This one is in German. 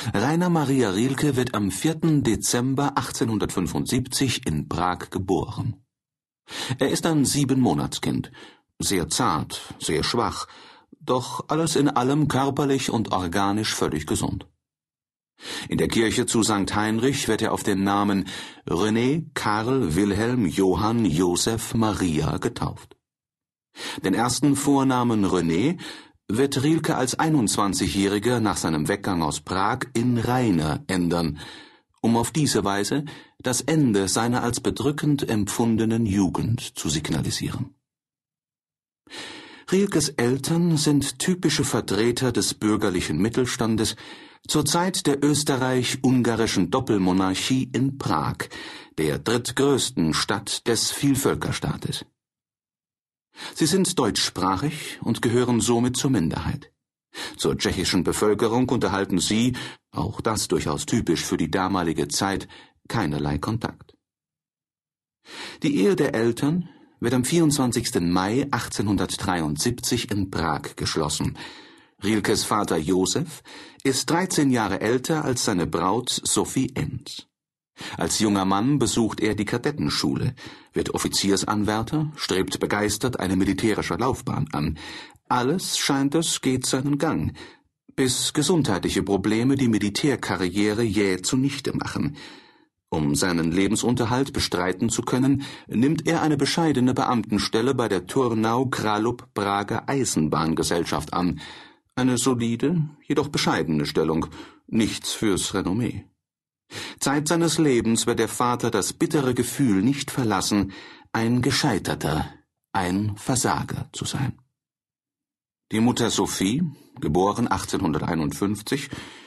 Rainer Maria Rilke wird am 4. Dezember 1875 in Prag geboren. Er ist ein 7-Monatskind, sehr zart, sehr schwach, doch alles in allem körperlich und organisch völlig gesund. In der Kirche zu St. Heinrich wird er auf den Namen René Karl Wilhelm Johann Joseph Maria getauft. Den ersten Vornamen René wird Rilke als 21-Jähriger nach seinem Weggang aus Prag in Rainer ändern, um auf diese Weise das Ende seiner als bedrückend empfundenen Jugend zu signalisieren. Rilkes Eltern sind typische Vertreter des bürgerlichen Mittelstandes zur Zeit der österreich-ungarischen Doppelmonarchie in Prag, der drittgrößten Stadt des Vielvölkerstaates. Sie sind deutschsprachig und gehören somit zur Minderheit. Zur tschechischen Bevölkerung unterhalten sie, auch das durchaus typisch für die damalige Zeit, keinerlei Kontakt. Die Ehe der Eltern wird am 24. Mai 1873 in Prag geschlossen. Rilkes Vater Josef ist 13 Jahre älter als seine Braut Sophie Enns. Als junger Mann besucht er die Kadettenschule, wird Offiziersanwärter, strebt begeistert eine militärische Laufbahn an. Alles, scheint es, geht seinen Gang, bis gesundheitliche Probleme die Militärkarriere jäh zunichte machen. Um seinen Lebensunterhalt bestreiten zu können, nimmt er eine bescheidene Beamtenstelle bei der Turnau-Kralupy-Prager Eisenbahngesellschaft an. Eine solide, jedoch bescheidene Stellung, nichts fürs Renommee. Zeit seines Lebens wird der Vater das bittere Gefühl nicht verlassen, ein Gescheiterter, ein Versager zu sein. Die Mutter Sophie, geboren 1851,